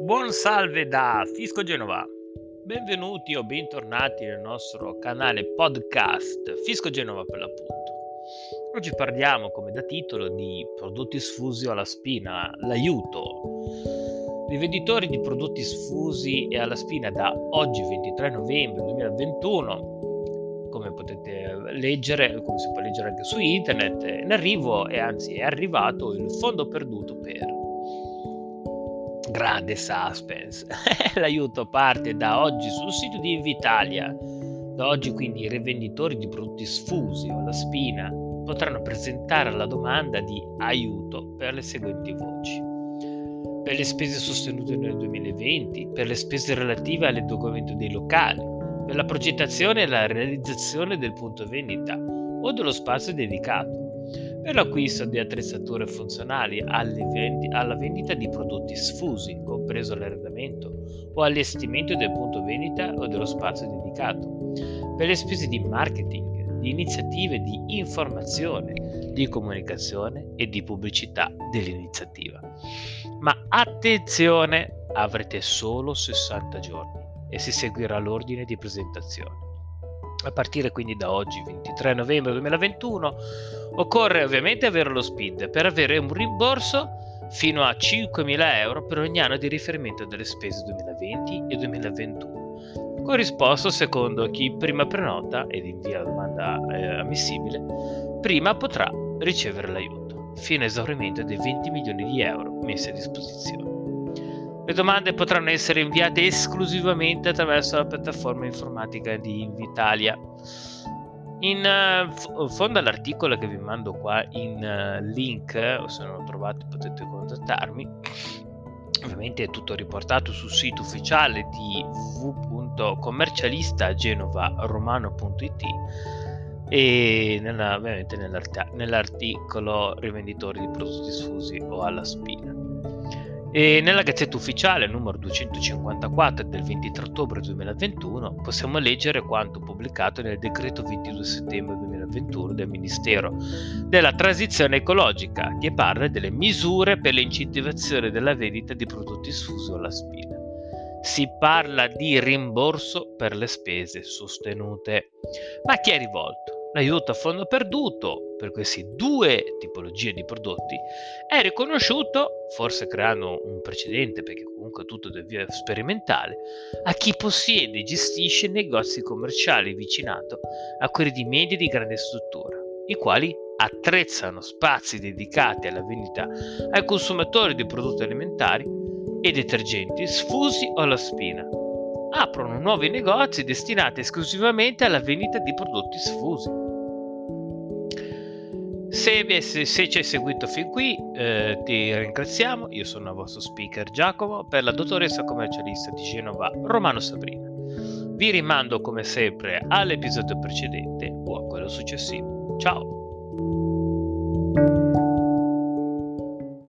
Buon salve da Fisco Genova. Benvenuti o bentornati nel nostro canale podcast Fisco Genova per l'appunto. Oggi parliamo, come da titolo, di prodotti sfusi o alla spina, l'aiuto. I venditori di prodotti sfusi e alla spina da oggi 23 novembre 2021, come potete leggere, come si può leggere anche su internet, in arrivo e anzi è arrivato il fondo perduto per grande suspense. L'aiuto parte da oggi sul sito di Invitalia. Da oggi quindi i rivenditori di prodotti sfusi o alla spina potranno presentare la domanda di aiuto per le seguenti voci: per le spese sostenute nel 2020, per le spese relative all'adeguamento dei locali, per la progettazione e la realizzazione del punto vendita o dello spazio dedicato, per l'acquisto di attrezzature funzionali alla vendita di prodotti sfusi, compreso l'arredamento o allestimento del punto vendita o dello spazio dedicato, per le spese di marketing, di iniziative di informazione, di comunicazione e di pubblicità dell'iniziativa. Ma attenzione, avrete solo 60 giorni e si seguirà l'ordine di presentazione. A partire quindi da oggi, 23 novembre 2021, occorre ovviamente avere lo SPID per avere un rimborso fino a 5.000 euro per ogni anno di riferimento delle spese 2020 e 2021, corrisposto secondo chi prima prenota ed invia la domanda ammissibile, prima potrà ricevere l'aiuto, fino a esaurimento dei 20 milioni di euro messi a disposizione. Le domande potranno essere inviate esclusivamente attraverso la piattaforma informatica di Invitalia. In fondo all'articolo che vi mando qua in link, o se non lo trovate potete contattarmi. Ovviamente è tutto riportato sul sito ufficiale di www.commercialistagenovaro.it e ovviamente nell'articolo rivenditori di prodotti sfusi o alla spina. E nella Gazzetta Ufficiale numero 254 del 23 ottobre 2021 possiamo leggere quanto pubblicato nel decreto 22 settembre 2021 del Ministero della Transizione Ecologica, che parla delle misure per l'incentivazione della vendita di prodotti sfusi alla spina. Si parla di rimborso per le spese sostenute. Ma a chi è rivolto? L'aiuto a fondo perduto per queste due tipologie di prodotti è riconosciuto, forse creando un precedente perché comunque tutto è via sperimentale, a chi possiede e gestisce negozi commerciali vicinato a quelli di media e di grande struttura, i quali attrezzano spazi dedicati alla vendita ai consumatori di prodotti alimentari e detergenti sfusi o alla spina. Aprono nuovi negozi destinati esclusivamente alla vendita di prodotti sfusi. Se ci hai seguito fin qui, ti ringraziamo. Io sono il vostro speaker Giacomo per la dottoressa commercialista di Genova Romano Sabrina. Vi rimando come sempre all'episodio precedente o a quello successivo. Ciao!